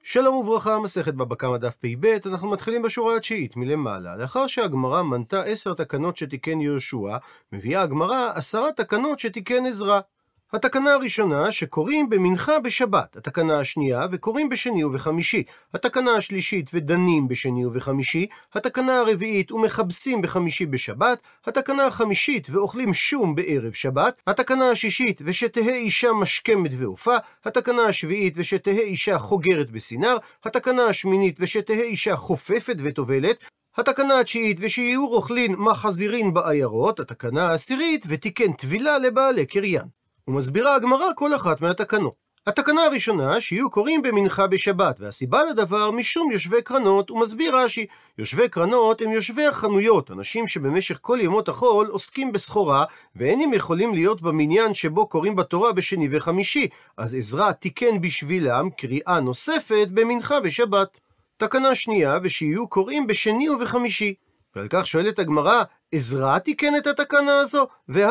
שלום וברכה, מסכת בבא קמא דף פ"ב, אנחנו מתחילים בשורה התשיעית מלמעלה. לאחר שהגמרא מנתה 10 תקנות שתיקן יהושע, מביאה הגמרא 10 תקנות שתיקן עזרא. התקנה הראשונה שקוראים במנחה בשבת, התקנה השנייה וקוראים בשני ובחמישי, התקנה השלישית ודנים בשני ובחמישי, התקנה הרביעית ומכבסים בחמישי בשבת, התקנה החמישית ואוכלים שום בערב שבת, התקנה השישית ושתהא אישה משכמת ועופה, התקנה השביעית ושתהא אישה חוגרת בסינר, התקנה השמינית ושתהא אישה חופפת וטובלת, התקנה התשיעית ושיהיו רוכלין מחזירין בעיירות, התקנה העשירית ותיקן טבילה לבעלי קריין. ומסבירה הגמרא כל אחת מהתקנות. התקנה הראשונה, שיהיו קוראים במנחה בשבת, והסיבה לדבר משום יושבי קרנות, ומסביר רש"י, יושבי קרנות הם יושבי החנויות, אנשים שבמשך כל ימות החול עוסקים בסחורה, ואינם יכולים להיות במניין שבו קוראים בתורה בשני וחמישי, אז עזרא תיקן בשבילם קריאה נוספת במנחה בשבת. תקנה שנייה, ושיהיו קוראים בשני ובחמישי. ועל כך שואלת הגמרא, עזרא תיקן את התקנה הזו,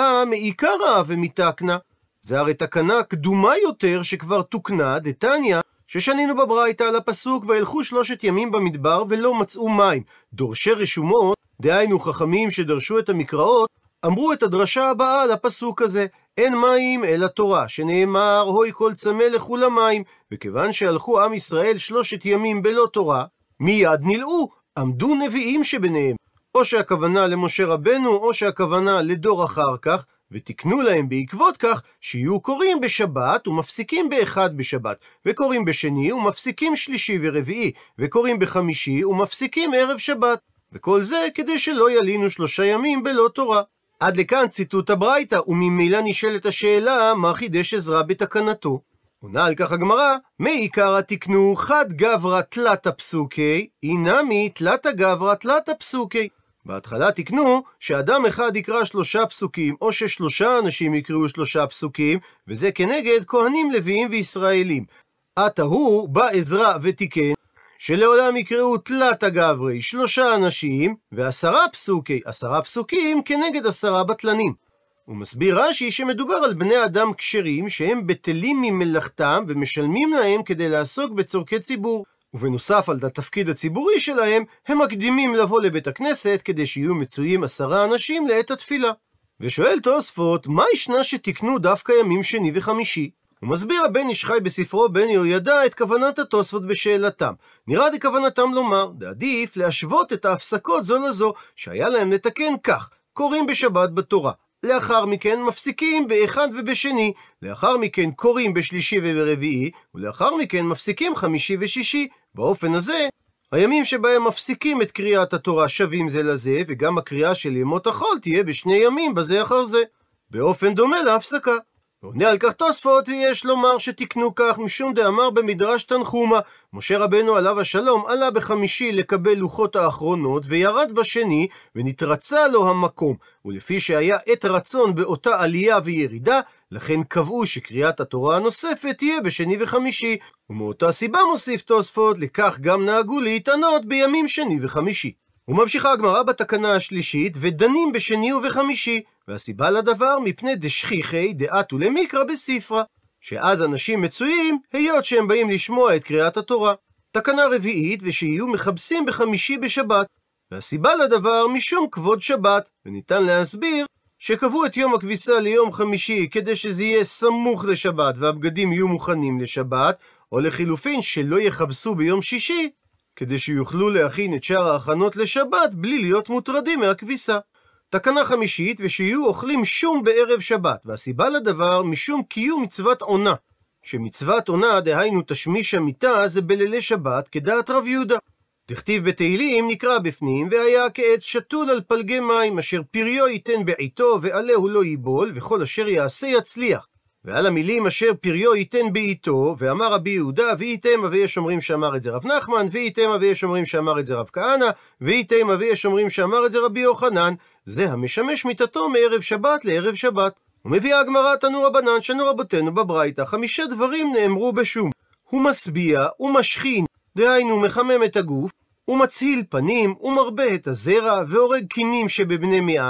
מעיקרא ומתקנה. זה הרי תקנה קדומה יותר שכבר תוקנה, דתניא, ששנינו בברייתא על הפסוק, וילכו 3 ימים במדבר ולא מצאו מים. דורשי רשומות, דהיינו חכמים שדרשו את המקראות, אמרו את הדרשה הבאה לפסוק הזה, אין מים אלא תורה, שנאמר, הוי כל צמא לכו למים, וכיוון שהלכו עם ישראל 3 ימים בלא תורה, מיד נלאו, עמדו נביאים שביניהם. או שהכוונה למשה רבנו, או שהכוונה לדור אחר כך, ותקנו להם בעקבות כך שיהיו קוראים בשבת ומפסיקים באחד בשבת, וקוראים בשני ומפסיקים שלישי ורביעי, וקוראים בחמישי ומפסיקים ערב שבת, וכל זה כדי שלא ילינו 3 ימים בלא תורה. עד לכאן ציטוט הברייתא, וממילא נשאלת השאלה מה חידש עזרא בתקנתו. עונה על כך הגמרא, מעיקרא תקנו חד גברא תלתא פסוקי, אינמי תלתא גברא תלתא פסוקי. בהתחלה תקנו שאדם אחד יקרא 3 פסוקים, או ש3 אנשים יקראו 3 פסוקים, וזה כנגד כהנים לוויים וישראלים. עתה הוא בא עזרא ותיקן, שלעולם יקראו תלתא גברי 3 אנשים, ו10 פסוקי, 10 פסוקים כנגד 10 בטלנים. הוא מסביר רש"י שמדובר על בני אדם כשרים שהם בטלים ממלאכתם ומשלמים להם כדי לעסוק בצורכי ציבור. ובנוסף על התפקיד הציבורי שלהם, הם מקדימים לבוא לבית הכנסת כדי שיהיו מצויים 10 אנשים לעת התפילה. ושואל תוספות, מה ישנה שתקנו דווקא ימים שני וחמישי? הוא מסביר הבן איש חי בספרו בן יהוידע את כוונת התוספות בשאלתם. נראה כוונתם לומר, עדיף להשוות את ההפסקות זו לזו, שהיה להם לתקן כך, קוראים בשבת בתורה. לאחר מכן מפסיקים באחד ובשני, לאחר מכן קוראים בשלישי וברביעי, ולאחר מכן מפסיקים חמישי ושישי. באופן הזה, הימים שבהם מפסיקים את קריאת התורה שווים זה לזה, וגם הקריאה של ימות החול תהיה ב2 ימים בזה אחר זה, באופן דומה להפסקה. ועונה על כך תוספות, ויש לומר שתקנו כך משום דאמר במדרש תנחומא, משה רבנו עליו השלום עלה בחמישי לקבל לוחות האחרונות, וירד בשני, ונתרצה לו המקום, ולפי שהיה עת רצון באותה עלייה וירידה, לכן קבעו שקריאת התורה הנוספת תהיה בשני וחמישי, ומאותה סיבה מוסיף תוספות, לכך גם נהגו להתענות בימים שני וחמישי. וממשיכה הגמרא בתקנה השלישית, ודנים בשני ובחמישי, והסיבה לדבר מפני דשכיחי דעתו למקרא בספרא, שאז אנשים מצויים היות שהם באים לשמוע את קריאת התורה. תקנה רביעית, ושיהיו מכבסים בחמישי בשבת, והסיבה לדבר משום כבוד שבת, וניתן להסביר שקבעו את יום הכביסה ליום חמישי כדי שזה יהיה סמוך לשבת והבגדים יהיו מוכנים לשבת, או לחילופין שלא יחבסו ביום שישי כדי שיוכלו להכין את שאר ההכנות לשבת בלי להיות מוטרדים מהכביסה. תקנה חמישית, ושיהיו אוכלים שום בערב שבת, והסיבה לדבר משום קיום מצוות עונה, שמצוות עונה, דהיינו תשמיש המיטה, זה בלילי שבת כדעת רב יהודה. דכתיב בתהילים נקרא בפנים, והיה כעץ שתול על פלגי מים, אשר פריו ייתן בעיתו ועלהו לא ייבול, וכל אשר יעשה יצליח. ועל המילים אשר פריו ייתן בעיתו, ואמר רבי יהודה, ואיתמה ויש אומרים שאמר את זה רב נחמן, ואיתמה ויש אומרים שאמר את זה רב כהנא, ואיתמה ויש אומרים שאמר את זה רבי יוחנן, זה המשמש מיתתו מערב שבת לערב שבת. ומביאה הגמרא תנו רבנן שנו רבותינו בברייתא, 5 דברים נאמרו בשום. הוא משביע, הוא משכין, דהיינו מחמם את הגוף, הוא מצהיל פנים, הוא מרבה את הזרע, והורג קינים שבבני מעיים,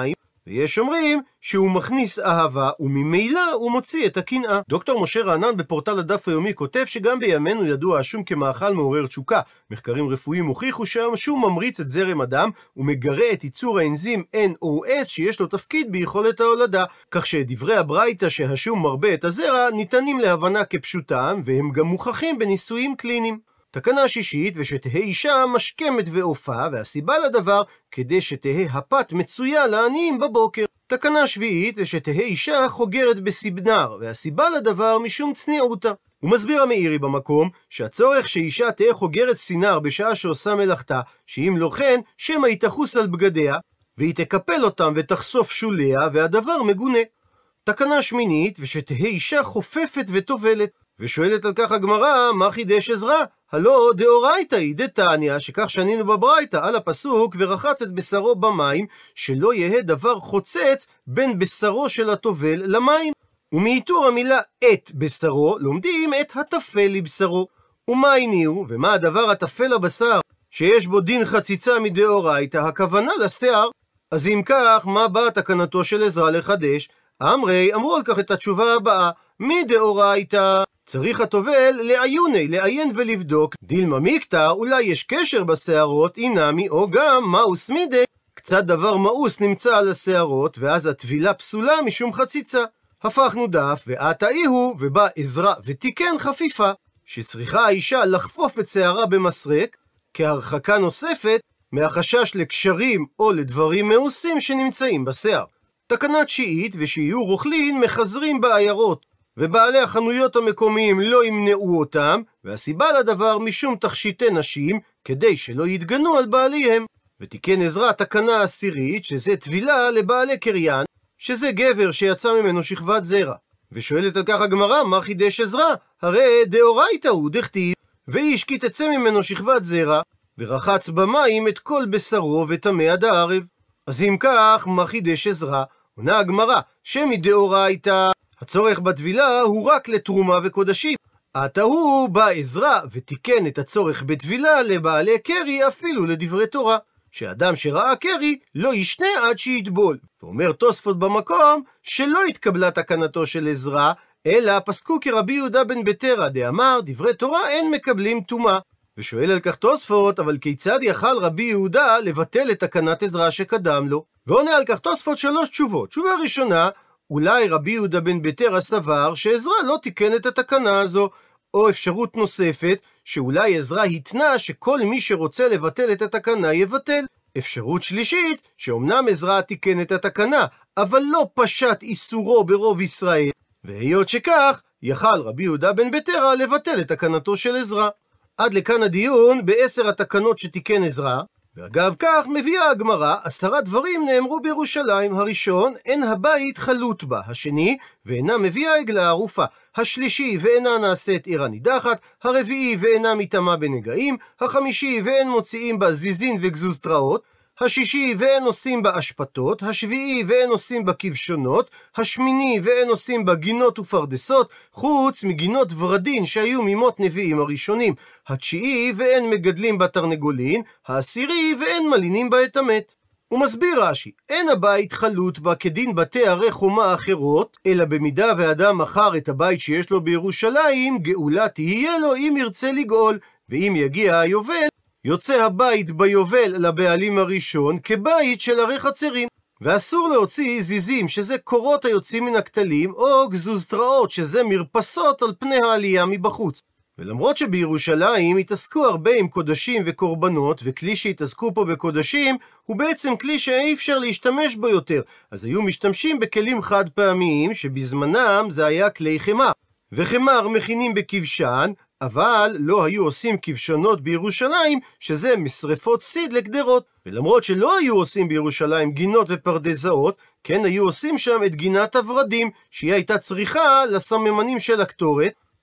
ויש אומרים שהוא מכניס אהבה וממילא הוא מוציא את הקנאה. דוקטור משה רענן בפורטל הדף היומי כותב שגם בימינו ידוע השום כמאכל מעורר תשוקה. מחקרים רפואיים הוכיחו שהשום ממריץ את זרם הדם ומגרה את ייצור האנזים NOS שיש לו תפקיד ביכולת ההולדה, כך שדברי הברייתא שהשום מרבה את הזרע ניתנים להבנה כפשוטם, והם גם מוכחים בניסויים קליניים. תקנה שישית, ושתהא אישה משכמת ועופה, והסיבה לדבר כדי שתהא הפת מצויה לעניים בבוקר. תקנה שביעית, ושתהא אישה חוגרת בסבנר, והסיבה לדבר משום צניעותה. הוא מסביר המאירי במקום שהצורך שאישה תהא חוגרת סינר בשעה שעושה מלאכתה, שאם לא כן שמא היא תחוס על בגדיה והיא תקפל אותם ותחשוף שוליה, והדבר מגונה. תקנה שמינית, ושתהא אישה חופפת וטובלת. ושואלת על כך הגמרא, מה חידש עזרא? הלא דאורייתא היא דתניא, שכך שנינו בברייתא על הפסוק ורחץ את בשרו במים, שלא יהא דבר חוצץ בין בשרו של הטובל למים. ומאיתור המילה את בשרו לומדים את הטפל לבשרו. ומה הניעו, ומה הדבר הטפל לבשר שיש בו דין חציצה מדאורייתא, הכוונה לשיער. אז אם כך, מה באה תקנתו של עזרא לחדש? אמרו על כך את התשובה הבאה, מדאורייתא צריך הטובל לעיין ולבדוק, דילמה מקטע, אולי יש קשר בשערות, אינמי, או גם מאוס מידי, קצת דבר מאוס נמצא על השערות, ואז הטבילה פסולה משום חציצה. הפכנו דף, ועתה איהו, ובא עזרא ותיקן חפיפה, שצריכה האישה לחפוף את שערה במסרק, כהרחקה נוספת מהחשש לקשרים או לדברים מאוסים שנמצאים בשיער. תקנה תשיעית, ושיהיו רוכלין מחזרים בעיירות, ובעלי החנויות המקומיים לא ימנעו אותם, והסיבה לדבר משום תכשיטי נשים, כדי שלא יתגנו על בעליהם. ותיקן עזרא תקנה עשירית, שזה טבילה לבעלי קריין, שזה גבר שיצא ממנו שכבת זרע. ושואלת על כך הגמרא, מה חידש עזרא? הרי דאורייתא הוא דכתיב, ואיש כי תצא ממנו שכבת זרע, ורחץ במים את כל בשרו וטמא עד הערב. אז אם כך, מה חידש עזרא? עונה הגמרא, שמדאורייתא הצורך בטבילה הוא רק לתרומה וקודשים. עתה הוא בא עזרא ותיקן את הצורך בטבילה לבעלי קרי אפילו לדברי תורה, שאדם שראה קרי לא ישנה עד שיטבול. ואומר תוספות במקום שלא התקבלה תקנתו של עזרא, אלא פסקו כרבי יהודה בן בתרא דאמר דברי תורה אין מקבלים טומאה. ושואל על כך תוספות, אבל כיצד יכל רבי יהודה לבטל את תקנת עזרא שקדם לו? ועונה על כך תוספות 3 תשובות. תשובה ראשונה, אולי רבי יהודה בן בתרא סבר שעזרא לא תיקן את התקנה הזו, או אפשרות נוספת, שאולי עזרא התנה שכל מי שרוצה לבטל את התקנה יבטל. אפשרות שלישית, שאומנם עזרא תיקן את התקנה, אבל לא פשט איסורו ברוב ישראל, והיות שכך, יכל רבי יהודה בן בתרא לבטל את תקנתו של עזרא. עד לכאן הדיון ב10 התקנות שתיקן עזרא. ואגב כך מביאה הגמרא 10 דברים נאמרו בירושלים. הראשון, אין הבית חלוט בה. השני, ואינה מביאה עגלה ערופה. השלישי, ואינה נעשית עירה נידחת. הרביעי, ואינה מטמאה בנגעים. החמישי, ואין מוציאים בה זיזין וגזוז תראות. השישי, ואין עושים בה אשפתות. השביעי, ואין עושים בה כבשונות. השמיני, ואין עושים בה גינות ופרדסות, חוץ מגינות ורדין שהיו ממות נביאים הראשונים. התשיעי, ואין מגדלים בה תרנגולין. העשירי, ואין מלינים בה את המת. הוא מסביר רש"י, אין הבית חלוט בה כדין בתי ערי חומה אחרות, אלא במידה ואדם מכר את הבית שיש לו בירושלים, גאולה תהיה לו אם ירצה לגאול, ואם יגיע היובל, יוצא הבית ביובל לבעלים הראשון כבית של ערי חצרים. ואסור להוציא זיזים, שזה קורות היוצאים מן הכתלים, או גזוז תראות, שזה מרפסות על פני העלייה מבחוץ. ולמרות שבירושלים התעסקו הרבה עם קודשים וקורבנות, וכלי שהתעסקו פה בקודשים הוא בעצם כלי שאי אפשר להשתמש בו יותר, אז היו משתמשים בכלים חד פעמיים שבזמנם זה היה כלי חמר, וחמר מכינים בכבשן, אבל לא היו עושים כבשונות בירושלים, שזה משרפות סיד לגדרות. ולמרות שלא היו עושים בירושלים גינות ופרדסאות, כן היו עושים שם את גינת הורדים, שהיא הייתה צריכה לסממנים של הקטורת,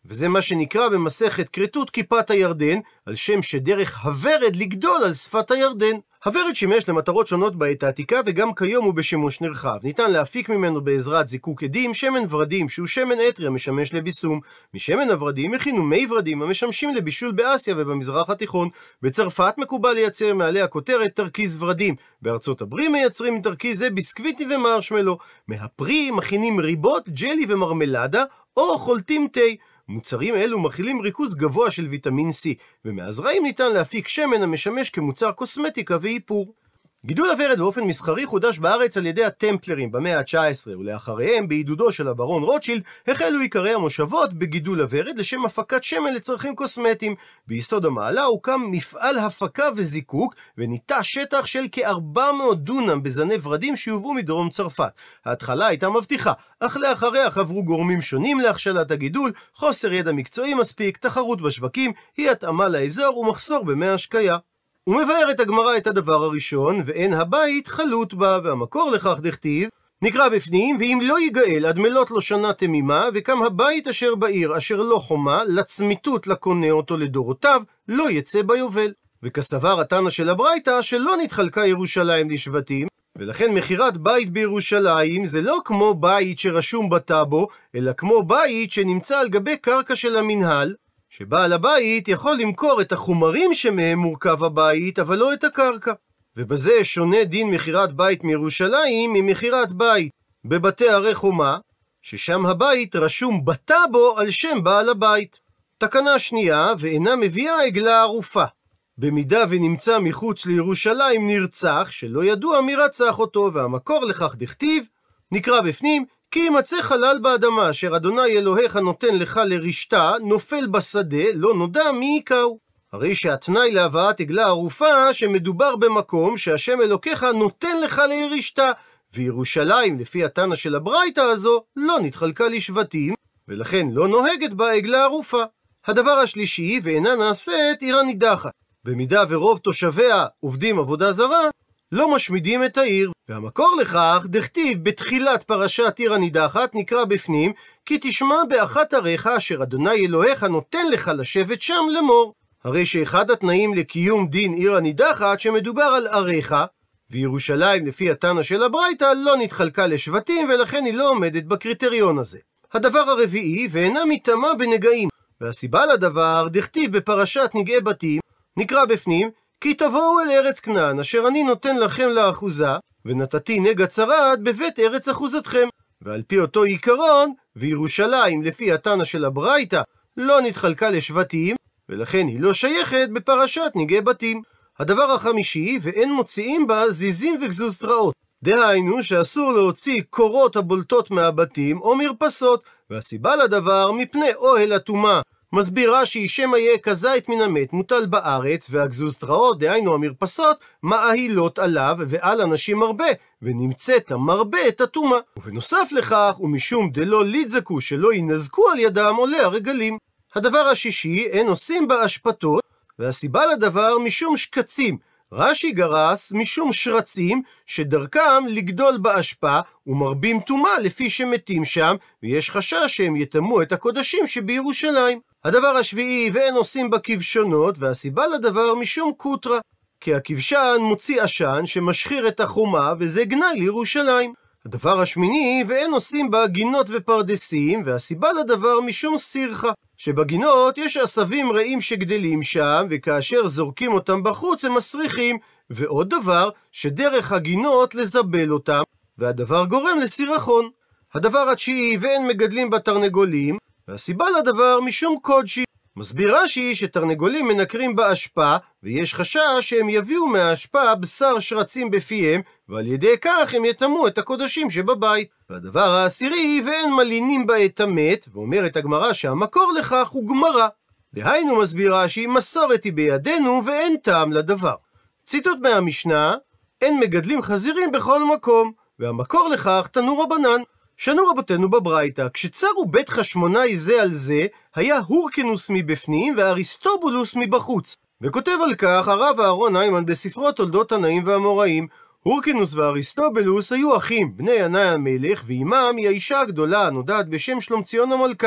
וזה מה שנקרא במסכת כריתות כיפת הירדן, על שם שדרך הוורד לגדול על שפת הירדן. הוורד שימש למטרות שונות בעת העתיקה וגם כיום הוא בשימוש נרחב. ניתן להפיק ממנו בעזרת זיקוק עדים שמן ורדים שהוא שמן אתרי המשמש לביסום. משמן הורדים הכינו מי ורדים המשמשים לבישול באסיה ובמזרח התיכון. בצרפת מקובל לייצר מעלי הכותרת תרכיז ורדים. בארצות הברית מייצרים תרכיז זה ביסקוויטי ומרשמלו. מהפרי מכינים ריבות, ג'לי ומרמלדה או חולטים תה. מוצרים אלו מכילים ריכוז גבוה של ויטמין C, ומהזרעים ניתן להפיק שמן המשמש כמוצר קוסמטיקה ואיפור. גידול הוורד באופן מסחרי חודש בארץ על ידי הטמפלרים במאה ה-19, ולאחריהם בעידודו של הברון רוטשילד החלו עיקרי המושבות בגידול הוורד לשם הפקת שמן לצרכים קוסמטיים. ביסוד המעלה הוקם מפעל הפקה וזיקוק, וניטע שטח של כ-400 דונם בזני ורדים שיובאו מדרום צרפת. ההתחלה הייתה מבטיחה, אך לאחריה חברו גורמים שונים להכשלת הגידול, חוסר ידע מקצועי מספיק, תחרות בשווקים, אי התאמה לאזור ומחסור במי השקיה. ומבארת הגמרא את הדבר הראשון, ואין הבית חלוט בה, והמקור לכך דכתיב, נקרא בפנים, ואם לא יגאל עד מלות לו שנה תמימה, וקם הבית אשר בעיר אשר לא חומה, לצמיתות לקונה אותו לדורותיו, לא יצא ביובל. וכסבר התנא של הברייתא שלא נתחלקה ירושלים לשבטים, ולכן מכירת בית בירושלים זה לא כמו בית שרשום בטאבו, אלא כמו בית שנמצא על גבי קרקע של המנהל, שבעל הבית יכול למכור את החומרים שמהם מורכב הבית, אבל לא את הקרקע. ובזה שונה דין מכירת בית מירושלים ממכירת בית בבתי ערי חומה, ששם הבית רשום בטאבו על שם בעל הבית. תקנה שנייה, ואינה מביאה עגלה ערופה. במידה ונמצא מחוץ לירושלים נרצח, שלא ידוע מי רצח אותו, והמקור לכך דכתיב, נקרא בפנים, כי ימצא חלל באדמה אשר אדוני אלוהיך נותן לך לרשתה, נופל בשדה, לא נודע מי יקהו. הרי שהתנאי להבאת עגלה ערופה שמדובר במקום שהשם אלוקיך נותן לך לירשתה, וירושלים לפי התנא של הברייתא הזו לא נתחלקה לשבטים, ולכן לא נוהגת בה עגלה ערופה. הדבר השלישי, ואינה נעשית עיר הנידחת. במידה ורוב תושביה עובדים עבודה זרה, לא משמידים את העיר, והמקור לכך דכתיב בתחילת פרשת עיר הנידחת נקרא בפנים, כי תשמע באחת עריך אשר אדוני אלוהיך נותן לך לשבת שם לאמור. הרי שאחד התנאים לקיום דין עיר הנידחת שמדובר על עריך, וירושלים לפי התנא של הברייתא לא נתחלקה לשבטים, ולכן היא לא עומדת בקריטריון הזה. הדבר הרביעי, ואינה מתאמה בנגעים, והסיבה לדבר דכתיב בפרשת נגעי בתים נקרא בפנים, כי תבואו אל ארץ כנען אשר אני נותן לכם לאחוזה, ונתתי נגע צרעת בבית ארץ אחוזתכם. ועל פי אותו עיקרון, וירושלים לפי התנא של הברייתא לא נתחלקה לשבטים, ולכן היא לא שייכת בפרשת נגעי בתים. הדבר החמישי, ואין מוציאים בה זיזים וגזוזתראות. דהיינו שאסור להוציא קורות הבולטות מהבתים או מרפסות, והסיבה לדבר מפני אוהל הטומאה. מסביר רש"י שמא יהיה כזית מן המת מוטל בארץ, והגזוזתראות, דהיינו המרפסות, מאהילות עליו ועל אנשים הרבה, ונמצאת המרבה את הטומאה. ובנוסף לכך, ומשום דלא לידזקו שלא ינזקו על ידם עולה הרגלים. הדבר השישי, אין עושים בה אשפתות, והסיבה לדבר משום שקצים. רש"י גרס משום שרצים שדרכם לגדול באשפה ומרבים טומאה לפי שמתים שם, ויש חשש שהם יטמאו את הקודשים שבירושלים. הדבר השביעי, ואין עושים בה כבשונות, והסיבה לדבר משום קוטרה, כי הכבשן מוציא עשן שמשחיר את החומה, וזה גנאי לירושלים. הדבר השמיני, ואין עושים בה גינות ופרדסים, והסיבה לדבר משום סירחה, שבגינות יש עשבים רעים שגדלים שם, וכאשר זורקים אותם בחוץ הם מסריחים, ועוד דבר, שדרך הגינות לזבל אותם, והדבר גורם לסירחון. הדבר התשיעי, ואין מגדלים בתרנגולים, והסיבה לדבר משום קודשי. מסביר רש"י שתרנגולים מנקרים באשפה, ויש חשש שהם יביאו מהאשפה בשר שרצים בפיהם, ועל ידי כך הם יטמאו את הקודשים שבבית. והדבר העשירי, ואין מלינים בה את המת, ואומרת הגמרא שהמקור לכך הוא גמרא. דהיינו מסביר רש"י, מסורת היא בידינו ואין טעם לדבר. ציטוט מהמשנה, אין מגדלים חזירים בכל מקום, והמקור לכך תנו רבנן. שנו רבותינו בברייתא, כשצרו בית חשמונאי זה על זה, היה הורקנוס מבפנים ואריסטובולוס מבחוץ. וכותב על כך הרב אהרון היימן בספרו תולדות תנאים ואמוראים. הורקנוס ואריסטובולוס היו אחים, בני ינאי המלך, ואימם היא האישה הגדולה הנודעת בשם שלומציון המלכה.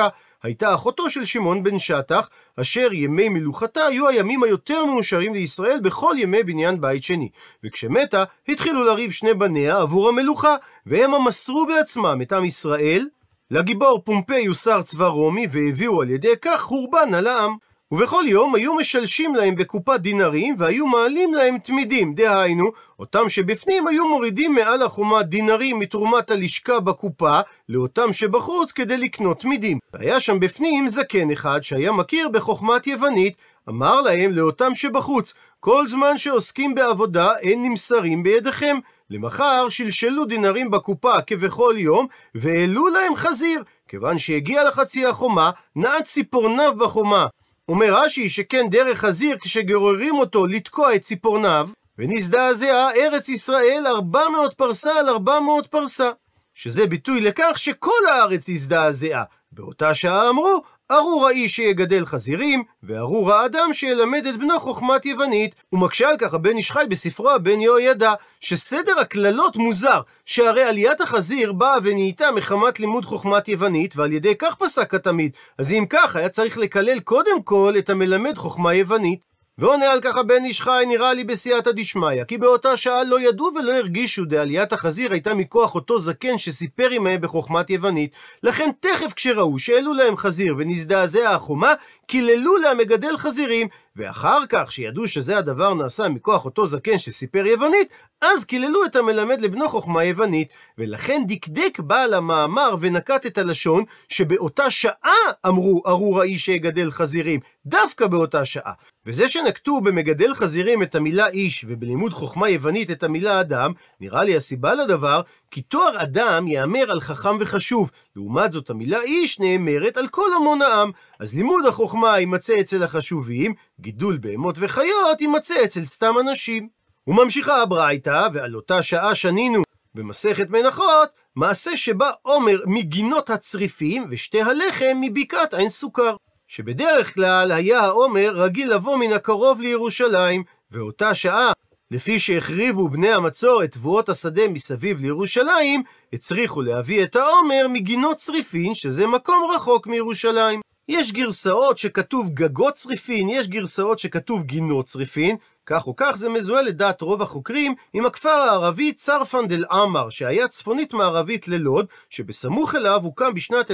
הייתה אחותו של שמעון בן שטח, אשר ימי מלוכתה היו הימים היותר מאושרים לישראל בכל ימי בניין בית שני. וכשמתה, התחילו לריב שני בניה עבור המלוכה, והם מסרו בעצמם את עם ישראל לגיבור פומפיוס שר צבא רומי, והביאו על ידי כך חורבן על העם. ובכל יום היו משלשים להם בקופה דינרים, והיו מעלים להם תמידים, דהיינו, אותם שבפנים היו מורידים מעל החומה דינרים מתרומת הלשכה בקופה, לאותם שבחוץ כדי לקנות תמידים. והיה שם בפנים זקן אחד שהיה מכיר בחוכמת יוונית, אמר להם לאותם שבחוץ, כל זמן שעוסקים בעבודה אין נמסרים בידיכם. למחר שלשלו דינרים בקופה כבכל יום, והעלו להם חזיר. כיוון שהגיע לחצי החומה, נעץ ציפורניו בחומה. אומר רש"י שכן דרך חזיר כשגוררים אותו לתקוע את ציפורניו, ונזדעזעה ארץ ישראל 400 פרסה על 400 פרסה, שזה ביטוי לכך שכל הארץ הזדעזעה. באותה שעה אמרו, ארור האיש שיגדל חזירים, וארור האדם שילמד את בנו חוכמת יוונית. ומקשה על כך הבן איש חי בספרו הבן יהוידע, שסדר הכללות מוזר, שהרי עליית החזיר באה ונהייתה מחמת לימוד חוכמת יוונית, ועל ידי כך פסק התמיד. אז אם כך, היה צריך לקלל קודם כל את המלמד חוכמה יוונית. ועונה על כך הבן איש חי, נראה לי בסייעתא דשמיא, כי באותה שעה לא ידעו ולא הרגישו דעליית החזיר הייתה מכוח אותו זקן שסיפר עמהם בחוכמת יוונית. לכן תכף כשראו שהעלו להם חזיר ונזדעזעה החומה, קיללו למגדל חזירים, ואחר כך שידעו שזה הדבר נעשה מכוח אותו זקן שסיפר יוונית, אז קיללו את המלמד לבנו חוכמה יוונית. ולכן דקדק בעל המאמר ונקט את הלשון שבאותה שעה אמרו ארור האיש שיגדל חזירים, דווקא באותה שעה. וזה שנקטו במגדל חזירים את המילה איש ובלימוד חוכמה יוונית את המילה אדם, נראה לי הסיבה לדבר כי תואר אדם יאמר על חכם וחשוב, לעומת זאת המילה איש נאמרת על כל המון העם. אז לימוד החוכמה יימצא אצל החשובים, גידול בהמות וחיות יימצא אצל סתם אנשים. וממשיכה הברייתא, ועל אותה שעה שנינו במסכת מנחות, מעשה שבא עומר מגינות הצריפים ושתי הלחם מבקעת עין סוכר. שבדרך כלל היה העומר רגיל לבוא מן הקרוב לירושלים, ואותה שעה, לפי שהחריבו בני המצור את תבואות השדה מסביב לירושלים, הצריכו להביא את העומר מגינות צריפין, שזה מקום רחוק מירושלים. יש גרסאות שכתוב גגות צריפין, יש גרסאות שכתוב גינות צריפין, כך או כך זה מזוהה לדעת רוב החוקרים עם הכפר הערבי צרפן דל עמר, שהיה צפונית מערבית ללוד, שבסמוך אליו הוקם בשנת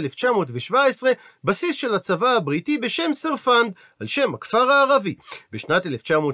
1917 בסיס של הצבא הבריטי בשם סרפנד, על שם הכפר הערבי. בשנת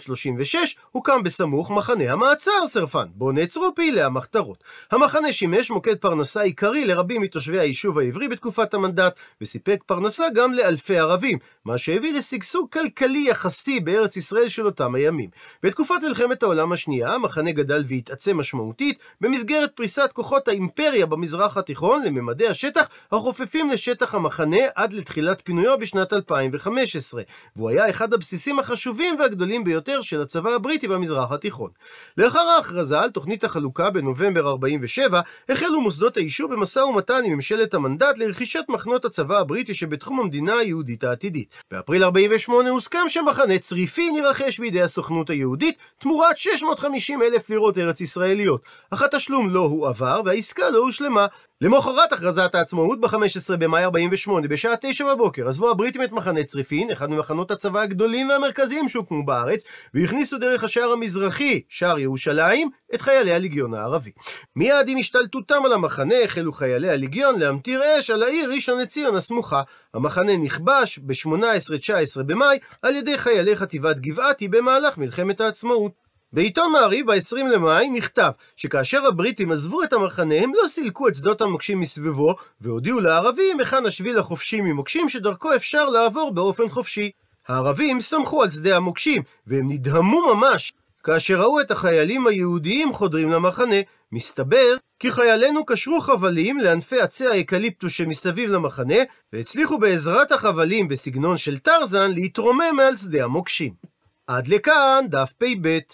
1936 הוקם בסמוך מחנה המעצר סרפנד, בו נעצרו פעילי המחתרות. המחנה שימש מוקד פרנסה עיקרי לרבים מתושבי היישוב העברי בתקופת המנדט, וסיפק פרנסה גם לאלפי ערבים, מה שהביא לשגשוג כלכלי יחסי בארץ ישראל של אותם הימים. בתקופת מלחמת העולם השנייה, המחנה גדל והתעצם משמעותית במסגרת פריסת כוחות האימפריה במזרח התיכון לממדי השטח החופפים לשטח המחנה עד לתחילת פינויו בשנת 2015, והוא היה אחד הבסיסים החשובים והגדולים ביותר של הצבא הבריטי במזרח התיכון. לאחר ההכרזה על תוכנית החלוקה בנובמבר 47, החלו מוסדות היישוב במשא ומתן עם ממשלת המנדט לרכישת מחנות הצבא הבריטי שבתחום המדינה היהודית העתידית. באפריל 48 הוסכם שמחנה צריפין ירחש בידי הסוכנות היהודית תמורת 650,000 לירות ארץ ישראליות, אך התשלום לא הועבר והעסקה לא הושלמה. למחרת הכרזת העצמאות ב-15 במאי 48 בשעה 9 בבוקר עזבו הבריטים את מחנה צריפין, אחד ממחנות הצבא הגדולים והמרכזיים שהוקמו בארץ, והכניסו דרך השער המזרחי, שער ירושלים, את חיילי הליגיון הערבי. מיד עם השתלטותם על המחנה החלו חיילי הליגיון להמטיר אש על העיר ראשון לציון הסמוכה. המחנה נכבש ב-18-19 במאי על ידי חיילי חטיבת גבעתי במהלך מלחמת העצמאות. בעיתון מעריב ב-20 למאי נכתב שכאשר הבריטים עזבו את המחנה הם לא סילקו את שדות המוקשים מסביבו, והודיעו לערבים היכן השביל החופשי ממוקשים שדרכו אפשר לעבור באופן חופשי. הערבים סמכו על שדה המוקשים והם נדהמו ממש כאשר ראו את החיילים היהודיים חודרים למחנה. מסתבר כי חיילינו קשרו חבלים לענפי עצי האקליפטוס שמסביב למחנה, והצליחו בעזרת החבלים בסגנון של טרזן להתרומם מעל שדה המוקשים. עד לכאן דף פ"ב.